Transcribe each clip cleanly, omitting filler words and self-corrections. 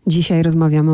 Dzisiaj rozmawiamy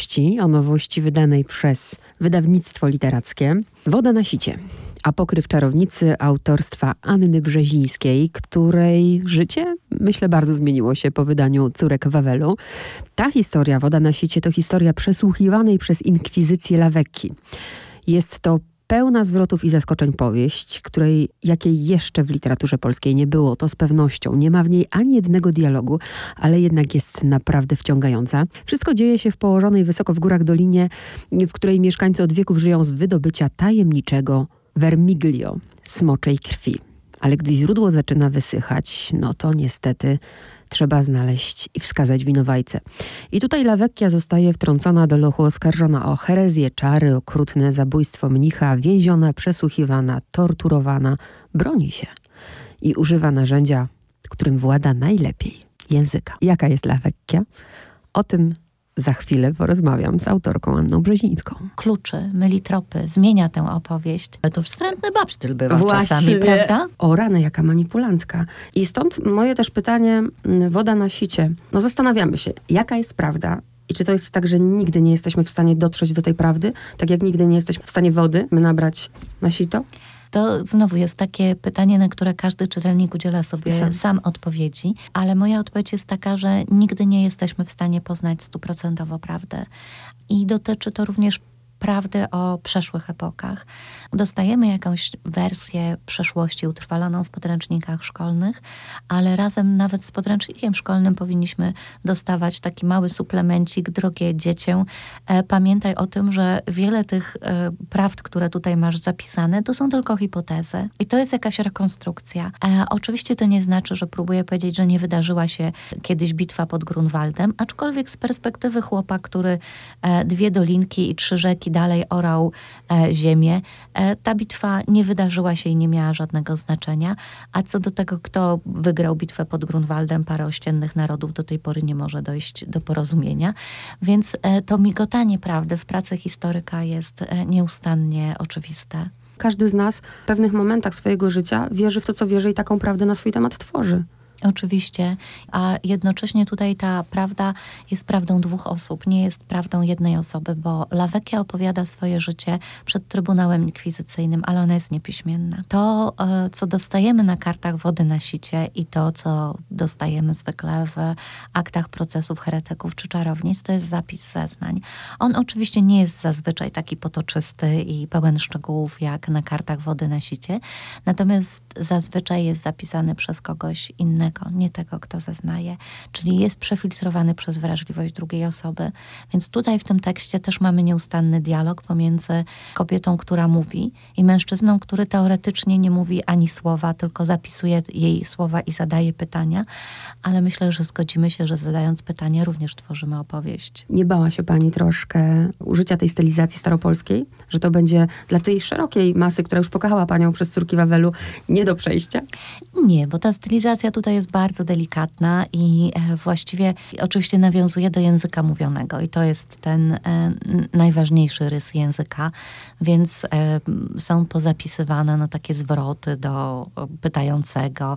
o nowości wydanej przez wydawnictwo literackie Woda na sicie. Apokryf czarownicy autorstwa Anny Brzezińskiej, której życie, myślę, bardzo zmieniło się po wydaniu Córek Wawelu. Ta historia, Woda na sicie, to historia przesłuchiwanej przez inkwizycję Lawekki. Jest to pełna zwrotów i zaskoczeń powieść, jakiej jeszcze w literaturze polskiej nie było, to z pewnością. Nie ma w niej ani jednego dialogu, ale jednak jest naprawdę wciągająca. Wszystko dzieje się w położonej wysoko w górach dolinie, w której mieszkańcy od wieków żyją z wydobycia tajemniczego vermiglio, smoczej krwi. Ale gdy źródło zaczyna wysychać, no to niestety trzeba znaleźć i wskazać winowajcę. I tutaj Lawekkia zostaje wtrącona do lochu, oskarżona o herezję, czary, okrutne zabójstwo mnicha, więziona, przesłuchiwana, torturowana, broni się i używa narzędzia, którym włada najlepiej, języka. Jaka jest Lawekkia? O tym za chwilę porozmawiam z autorką Anną Brzezińską. Kluczy, myli tropy, zmienia tę opowieść. To wstrętny babsztyl bywa czasami, prawda? O rany, jaka manipulantka. I stąd moje też pytanie, Woda na sicie. No zastanawiamy się, jaka jest prawda i czy to jest tak, że nigdy nie jesteśmy w stanie dotrzeć do tej prawdy, tak jak nigdy nie jesteśmy w stanie wody nabrać na sito? To znowu jest takie pytanie, na które każdy czytelnik udziela sobie sam odpowiedzi, ale moja odpowiedź jest taka, że nigdy nie jesteśmy w stanie poznać 100% prawdę. I dotyczy to również prawdy o przeszłych epokach. Dostajemy jakąś wersję przeszłości utrwaloną w podręcznikach szkolnych, ale razem nawet z podręcznikiem szkolnym powinniśmy dostawać taki mały suplemencik: drogie dziecię, pamiętaj o tym, że wiele tych prawd, które tutaj masz zapisane, to są tylko hipotezy. I to jest jakaś rekonstrukcja. Oczywiście to nie znaczy, że próbuję powiedzieć, że nie wydarzyła się kiedyś bitwa pod Grunwaldem, aczkolwiek z perspektywy chłopa, który 2 dolinki i 3 rzeki dalej orał ziemię, ta bitwa nie wydarzyła się i nie miała żadnego znaczenia. A co do tego, kto wygrał bitwę pod Grunwaldem, parę ościennych narodów do tej pory nie może dojść do porozumienia. Więc to migotanie prawdy w pracy historyka jest nieustannie oczywiste. Każdy z nas w pewnych momentach swojego życia wierzy w to, co wierzy i taką prawdę na swój temat tworzy. Oczywiście, a jednocześnie tutaj ta prawda jest prawdą 2 osób, nie jest prawdą jednej osoby, bo Lawekkia opowiada swoje życie przed Trybunałem Inkwizycyjnym, ale ona jest niepiśmienna. To, co dostajemy na kartach Wody na sicie i to, co dostajemy zwykle w aktach procesów heretyków czy czarownic, to jest zapis zeznań. On oczywiście nie jest zazwyczaj taki potoczysty i pełen szczegółów jak na kartach Wody na sicie, natomiast zazwyczaj jest zapisany przez kogoś innego, nie tego, kto zeznaje, czyli jest przefiltrowany przez wrażliwość drugiej osoby. Więc tutaj w tym tekście też mamy nieustanny dialog pomiędzy kobietą, która mówi, i mężczyzną, który teoretycznie nie mówi ani słowa, tylko zapisuje jej słowa i zadaje pytania, ale myślę, że zgodzimy się, że zadając pytania również tworzymy opowieść. Nie bała się pani troszkę użycia tej stylizacji staropolskiej? Że to będzie dla tej szerokiej masy, która już pokochała panią przez Córki Wawelu, nie do przejścia? Nie, bo ta stylizacja tutaj jest bardzo delikatna i właściwie oczywiście nawiązuje do języka mówionego i to jest ten najważniejszy rys języka, więc są pozapisywane takie zwroty do pytającego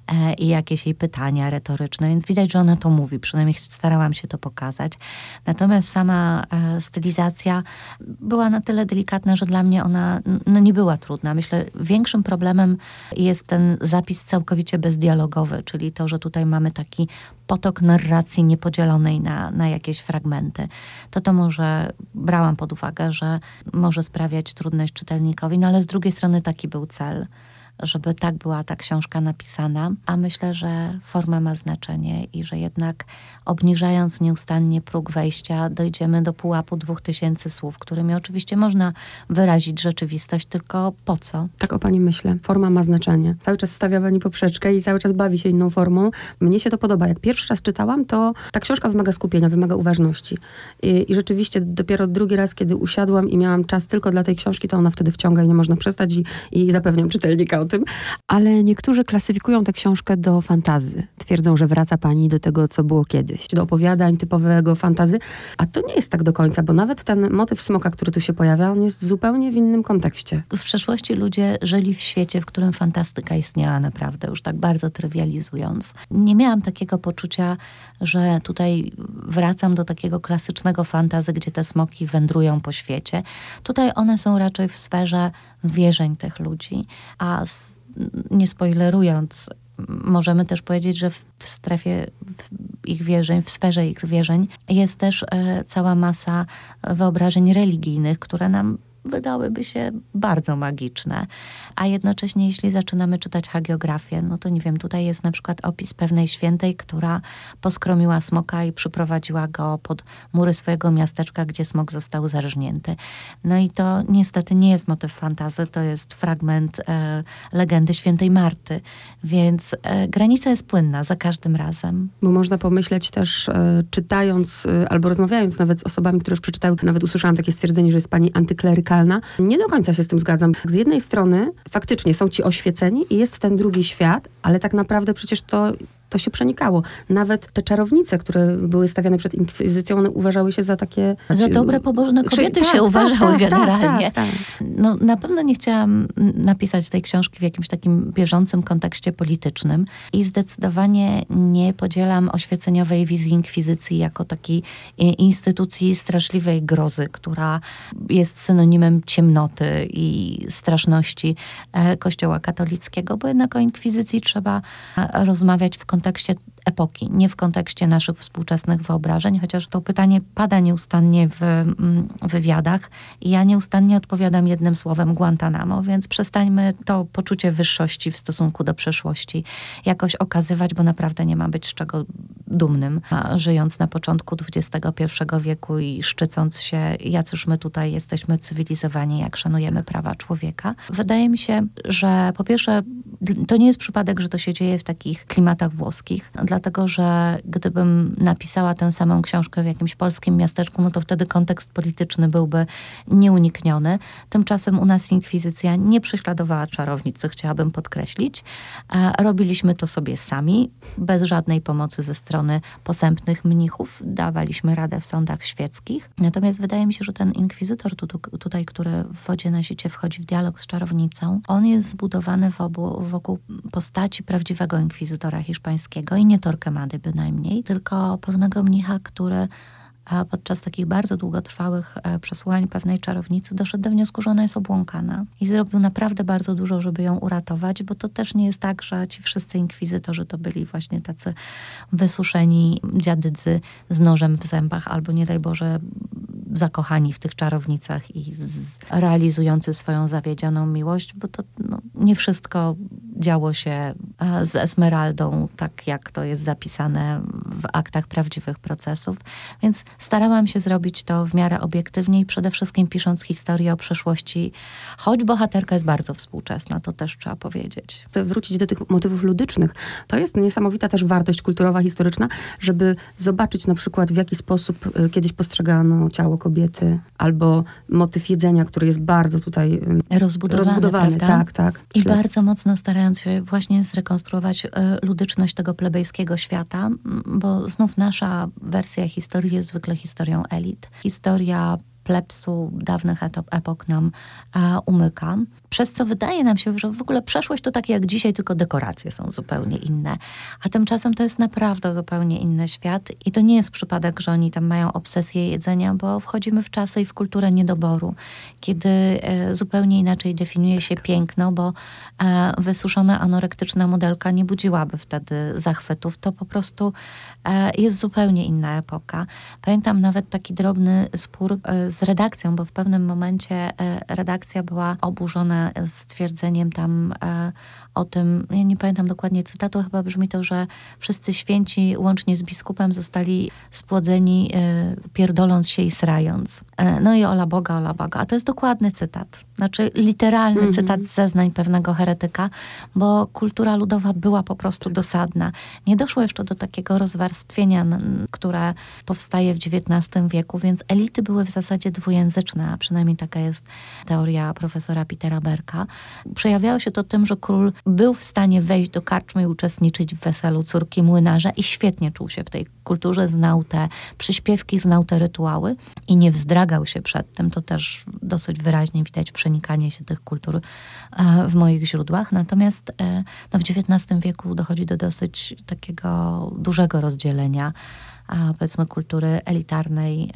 i jakieś jej pytania retoryczne, więc widać, że ona to mówi, przynajmniej starałam się to pokazać. Natomiast sama stylizacja była na tyle delikatna, że dla mnie ona nie była trudna. Myślę, większym problemem jest ten zapis całkowicie bezdialogowy, czyli to, że tutaj mamy taki potok narracji niepodzielonej na jakieś fragmenty. To może brałam pod uwagę, że może sprawiać trudność czytelnikowi, no ale z drugiej strony taki był cel, żeby tak była ta książka napisana, a myślę, że forma ma znaczenie i że jednak obniżając nieustannie próg wejścia dojdziemy do pułapu 2000 słów, którymi oczywiście można wyrazić rzeczywistość, tylko po co? Tak o pani myślę. Forma ma znaczenie. Cały czas stawia pani poprzeczkę i cały czas bawi się inną formą. Mnie się to podoba. Jak pierwszy raz czytałam, to ta książka wymaga skupienia, wymaga uważności. I rzeczywiście dopiero drugi raz, kiedy usiadłam i miałam czas tylko dla tej książki, to ona wtedy wciąga i nie można przestać i zapewniam czytelnika o tym. Ale niektórzy klasyfikują tę książkę do fantazy. Twierdzą, że wraca pani do tego, co było kiedyś. Do opowiadań typowego fantazy. A to nie jest tak do końca, bo nawet ten motyw smoka, który tu się pojawia, on jest zupełnie w innym kontekście. W przeszłości ludzie żyli w świecie, w którym fantastyka istniała naprawdę, już tak bardzo trywializując. Nie miałam takiego poczucia, że tutaj wracam do takiego klasycznego fantasy, gdzie te smoki wędrują po świecie. Tutaj one są raczej w sferze wierzeń tych ludzi, a nie spoilerując, możemy też powiedzieć, że w strefie ich wierzeń, w sferze ich wierzeń jest też cała masa wyobrażeń religijnych, które nam wydałyby się bardzo magiczne. A jednocześnie, jeśli zaczynamy czytać hagiografię, no to nie wiem, tutaj jest na przykład opis pewnej świętej, która poskromiła smoka i przyprowadziła go pod mury swojego miasteczka, gdzie smok został zarżnięty. No i to niestety nie jest motyw fantazy, to jest fragment legendy świętej Marty. Więc granica jest płynna za każdym razem. Bo można pomyśleć też, czytając albo rozmawiając nawet z osobami, które już przeczytały, nawet usłyszałam takie stwierdzenie, że jest pani antyklerykalna. Nie do końca się z tym zgadzam. Z jednej strony faktycznie są ci oświeceni i jest ten drugi świat, ale tak naprawdę przecież to się przenikało. Nawet te czarownice, które były stawiane przed inkwizycją, one uważały się za takie... Za dobre, pobożne kobiety się uważały generalnie. Tak. No, na pewno nie chciałam napisać tej książki w jakimś takim bieżącym kontekście politycznym i zdecydowanie nie podzielam oświeceniowej wizji inkwizycji jako takiej instytucji straszliwej grozy, która jest synonimem ciemnoty i straszności Kościoła katolickiego, bo jednak o inkwizycji trzeba rozmawiać w kontekście epoki, nie w kontekście naszych współczesnych wyobrażeń, chociaż to pytanie pada nieustannie w wywiadach i ja nieustannie odpowiadam jednym słowem Guantanamo, więc przestańmy to poczucie wyższości w stosunku do przeszłości jakoś okazywać, bo naprawdę nie ma być z czego dumnym, żyjąc na początku XXI wieku i szczycąc się, jacyż my tutaj jesteśmy cywilizowani, jak szanujemy prawa człowieka. Wydaje mi się, że po pierwsze to nie jest przypadek, że to się dzieje w takich klimatach włoskich, dlatego że gdybym napisała tę samą książkę w jakimś polskim miasteczku, no to wtedy kontekst polityczny byłby nieunikniony. Tymczasem u nas inkwizycja nie prześladowała czarownicy, chciałabym podkreślić. Robiliśmy to sobie sami, bez żadnej pomocy ze strony posępnych mnichów. Dawaliśmy radę w sądach świeckich. Natomiast wydaje mi się, że ten inkwizytor tutaj, który w Wodzie na sicie wchodzi w dialog z czarownicą, on jest zbudowany wokół postaci prawdziwego inkwizytora hiszpańskiego i nie Torquemady bynajmniej, tylko pewnego mnicha, który podczas takich bardzo długotrwałych przesłuchań pewnej czarownicy doszedł do wniosku, że ona jest obłąkana. I zrobił naprawdę bardzo dużo, żeby ją uratować, bo to też nie jest tak, że ci wszyscy inkwizytorzy to byli właśnie tacy wysuszeni dziadydzy z nożem w zębach, albo nie daj Boże zakochani w tych czarownicach i realizujący swoją zawiedzioną miłość, bo to nie wszystko działo się z Esmeraldą, tak jak to jest zapisane w aktach prawdziwych procesów. Więc starałam się zrobić to w miarę obiektywnie i przede wszystkim pisząc historię o przeszłości, choć bohaterka jest bardzo współczesna, to też trzeba powiedzieć. Chcę wrócić do tych motywów ludycznych. To jest niesamowita też wartość kulturowa, historyczna, żeby zobaczyć na przykład, w jaki sposób kiedyś postrzegano ciało kobiety, albo motyw jedzenia, który jest bardzo tutaj rozbudowany. Tak. I bardzo mocno starając się właśnie zrekonstruować ludyczność tego plebejskiego świata, bo znów nasza wersja historii jest zwykle historią elit. Historia plebsu dawnych epok nam umyka. Przez co wydaje nam się, że w ogóle przeszłość to tak jak dzisiaj, tylko dekoracje są zupełnie inne. A tymczasem to jest naprawdę zupełnie inny świat i to nie jest przypadek, że oni tam mają obsesję jedzenia, bo wchodzimy w czasy i w kulturę niedoboru, kiedy zupełnie inaczej definiuje się piękno, bo wysuszona anorektyczna modelka nie budziłaby wtedy zachwytów. To po prostu jest zupełnie inna epoka. Pamiętam nawet taki drobny spór z redakcją, bo w pewnym momencie redakcja była oburzona stwierdzeniem tam o tym, ja nie pamiętam dokładnie cytatu, chyba brzmi to, że wszyscy święci łącznie z biskupem zostali spłodzeni pierdoląc się i srając. No i ola Boga. A to jest dokładny cytat. Znaczy literalny cytat z zeznań pewnego heretyka, bo kultura ludowa była po prostu dosadna. Nie doszło jeszcze do takiego rozwarstwienia, które powstaje w XIX wieku, więc elity były w zasadzie dwujęzyczne, a przynajmniej taka jest teoria profesora Petera Berka. Przejawiało się to tym, że król był w stanie wejść do karczmy i uczestniczyć w weselu córki młynarza i świetnie czuł się w tej kulturze, znał te przyśpiewki, znał te rytuały i nie wzdragał się przed tym. To też dosyć wyraźnie widać przenikanie się tych kultur w moich źródłach. Natomiast w XIX wieku dochodzi do dosyć takiego dużego rozdzielenia powiedzmy kultury elitarnej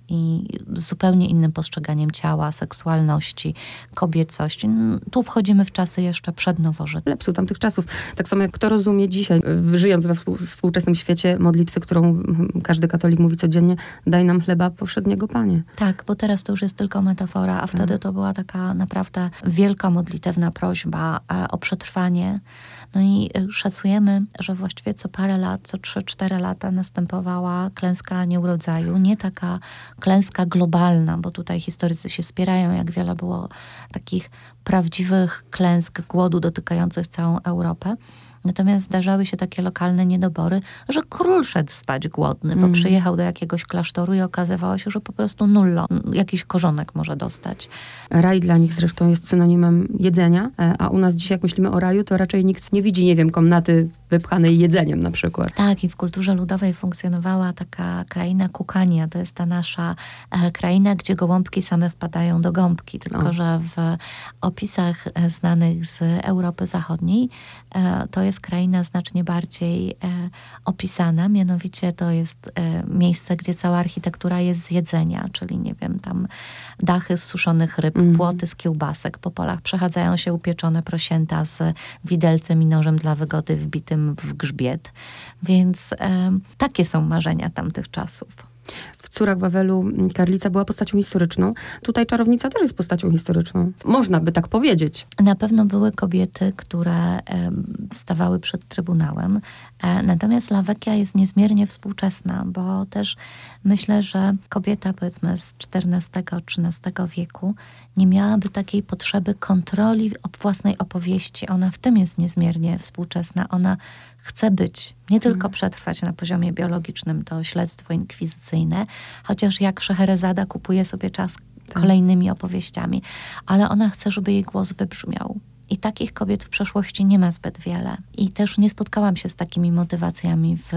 i z zupełnie innym postrzeganiem ciała, seksualności, kobiecości. Tu wchodzimy w czasy jeszcze przednowożytne. Lepsu tamtych czasów. Tak samo jak kto rozumie dzisiaj, żyjąc we współczesnym świecie, modlitwy, którą każdy katolik mówi codziennie, daj nam chleba powszedniego, Panie. Tak, bo teraz to już jest tylko metafora, a wtedy to była taka naprawdę wielka modlitewna prośba o przetrwanie. No i szacujemy, że właściwie co parę lat, co 3-4 lata następowała klęska nieurodzaju. Nie taka klęska globalna, bo tutaj historycy się spierają, jak wiele było takich prawdziwych klęsk głodu dotykających całą Europę. Natomiast zdarzały się takie lokalne niedobory, że król szedł spać głodny, bo przyjechał do jakiegoś klasztoru i okazywało się, że po prostu nullo, jakiś korzonek może dostać. Raj dla nich zresztą jest synonimem jedzenia, a u nas dzisiaj jak myślimy o raju, to raczej nikt nie widzi, nie wiem, komnaty wypchanej jedzeniem na przykład. Tak, i w kulturze ludowej funkcjonowała taka kraina Kukania. To jest ta nasza kraina, gdzie gołąbki same wpadają do gąbki. Tylko, że w opisach znanych z Europy Zachodniej to jest kraina znacznie bardziej opisana. Mianowicie to jest miejsce, gdzie cała architektura jest z jedzenia, czyli nie wiem, tam dachy z suszonych ryb, płoty z kiełbasek. Po polach przechadzają się upieczone prosięta z widelcem i nożem dla wygody wbitym w grzbiet. Więc takie są marzenia tamtych czasów. W Córach Wawelu Karlica była postacią historyczną. Tutaj czarownica też jest postacią historyczną. Można by tak powiedzieć. Na pewno były kobiety, które stawały przed Trybunałem. Natomiast Lawekia jest niezmiernie współczesna, bo też myślę, że kobieta powiedzmy z XIV-XIII wieku nie miałaby takiej potrzeby kontroli własnej opowieści. Ona w tym jest niezmiernie współczesna. Ona chce być, nie tylko przetrwać na poziomie biologicznym to śledztwo inkwizycyjne, chociaż jak Szeherezada kupuje sobie czas kolejnymi opowieściami, ale ona chce, żeby jej głos wybrzmiał. I takich kobiet w przeszłości nie ma zbyt wiele. I też nie spotkałam się z takimi motywacjami w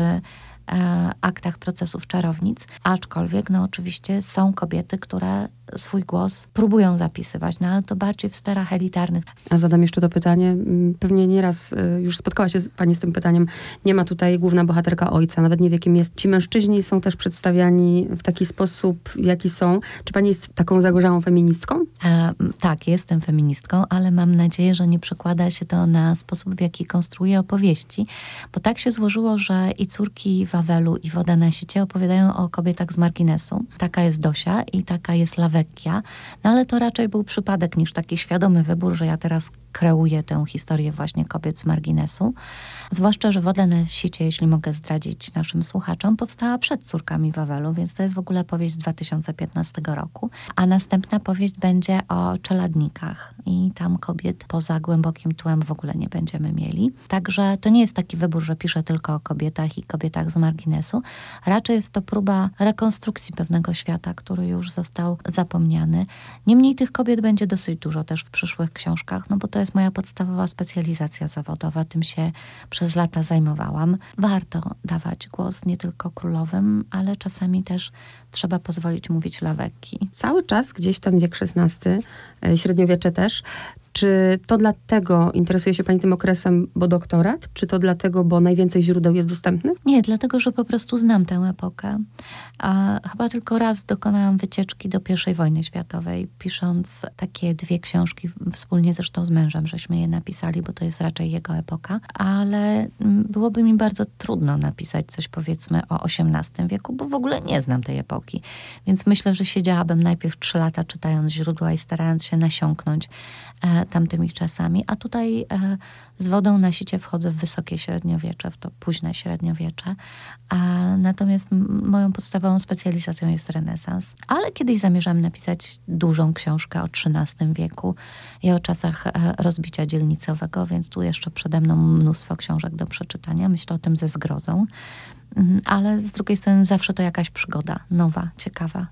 aktach procesów czarownic, aczkolwiek no oczywiście są kobiety, które swój głos próbują zapisywać, no ale to bardziej w sferach elitarnych. A zadam jeszcze to pytanie. Pewnie nieraz już spotkała się pani z tym pytaniem. Nie ma tutaj główna bohaterka ojca, nawet nie wie, kim jest. Ci mężczyźni są też przedstawiani w taki sposób, jaki są. Czy pani jest taką zagorzałą feministką? Tak, jestem feministką, ale mam nadzieję, że nie przekłada się to na sposób, w jaki konstruuję opowieści, bo tak się złożyło, że i Córki Wawelu, i Woda na sicie opowiadają o kobietach z marginesu. Taka jest Dosia i taka jest Lawekia. No ale to raczej był przypadek niż taki świadomy wybór, że ja teraz kreuję tę historię właśnie kobiet z marginesu. Zwłaszcza, że Woda na sicie, jeśli mogę zdradzić naszym słuchaczom, powstała przed Córkami Wawelu, więc to jest w ogóle powieść z 2015 roku. A następna powieść będzie o czeladnikach i tam kobiet poza głębokim tłem w ogóle nie będziemy mieli. Także to nie jest taki wybór, że piszę tylko o kobietach i kobietach z marginesu. Raczej jest to próba rekonstrukcji pewnego świata, który już został zapomniany. Niemniej tych kobiet będzie dosyć dużo też w przyszłych książkach, no bo to jest moja podstawowa specjalizacja zawodowa. Tym się przez lata zajmowałam. Warto dawać głos nie tylko królowym, ale czasami też trzeba pozwolić mówić Lawekii. Cały czas gdzieś ten wiek XVI, średniowiecze też. Czy to dlatego interesuje się pani tym okresem, bo doktorat? Czy to dlatego, bo najwięcej źródeł jest dostępnych? Nie, dlatego, że po prostu znam tę epokę. Chyba tylko raz dokonałam wycieczki do I wojny światowej, pisząc takie 2 książki, wspólnie zresztą z mężem, żeśmy je napisali, bo to jest raczej jego epoka. Ale byłoby mi bardzo trudno napisać coś, powiedzmy, o XVIII wieku, bo w ogóle nie znam tej epoki. Więc myślę, że siedziałabym najpierw 3 lata czytając źródła i starając się nasiąknąć tamtymi czasami, a tutaj z Wodą na sicie wchodzę w wysokie średniowiecze, w to późne średniowiecze. Natomiast moją podstawową specjalizacją jest renesans. Ale kiedyś zamierzam napisać dużą książkę o XIII wieku i o czasach rozbicia dzielnicowego, więc tu jeszcze przede mną mnóstwo książek do przeczytania. Myślę o tym ze zgrozą. Ale z drugiej strony zawsze to jakaś przygoda, nowa, ciekawa.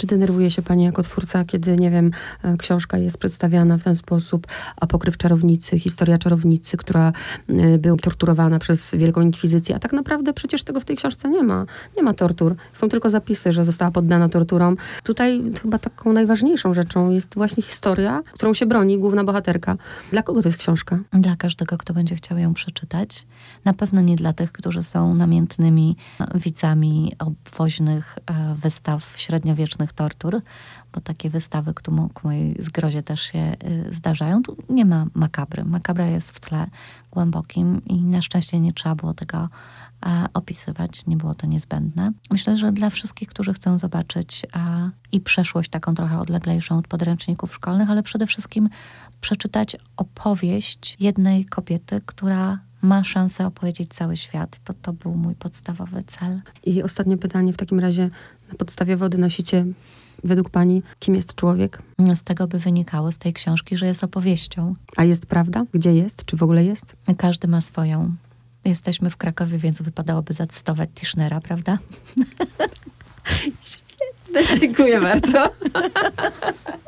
Czy denerwuje się pani jako twórca, kiedy, nie wiem, książka jest przedstawiana w ten sposób, apokryf czarownicy, historia czarownicy, która była torturowana przez Wielką Inkwizycję, a tak naprawdę przecież tego w tej książce nie ma. Nie ma tortur. Są tylko zapisy, że została poddana torturom. Tutaj chyba taką najważniejszą rzeczą jest właśnie historia, którą się broni główna bohaterka. Dla kogo to jest książka? Dla każdego, kto będzie chciał ją przeczytać. Na pewno nie dla tych, którzy są namiętnymi widzami obwoźnych wystaw średniowiecznych tortur, bo takie wystawy, ku mojej zgrozie też się zdarzają. Tu nie ma makabry. Makabra jest w tle głębokim i na szczęście nie trzeba było tego opisywać. Nie było to niezbędne. Myślę, że dla wszystkich, którzy chcą zobaczyć i przeszłość taką trochę odleglejszą od podręczników szkolnych, ale przede wszystkim przeczytać opowieść jednej kobiety, która ma szansę opowiedzieć cały świat. To był mój podstawowy cel. I ostatnie pytanie w takim razie. Na podstawie Wody na sicie, według pani, kim jest człowiek? Z tego by wynikało, z tej książki, że jest opowieścią. A jest prawda? Gdzie jest? Czy w ogóle jest? Każdy ma swoją. Jesteśmy w Krakowie, więc wypadałoby zacytować Tischnera, prawda? Świetne, dziękuję bardzo.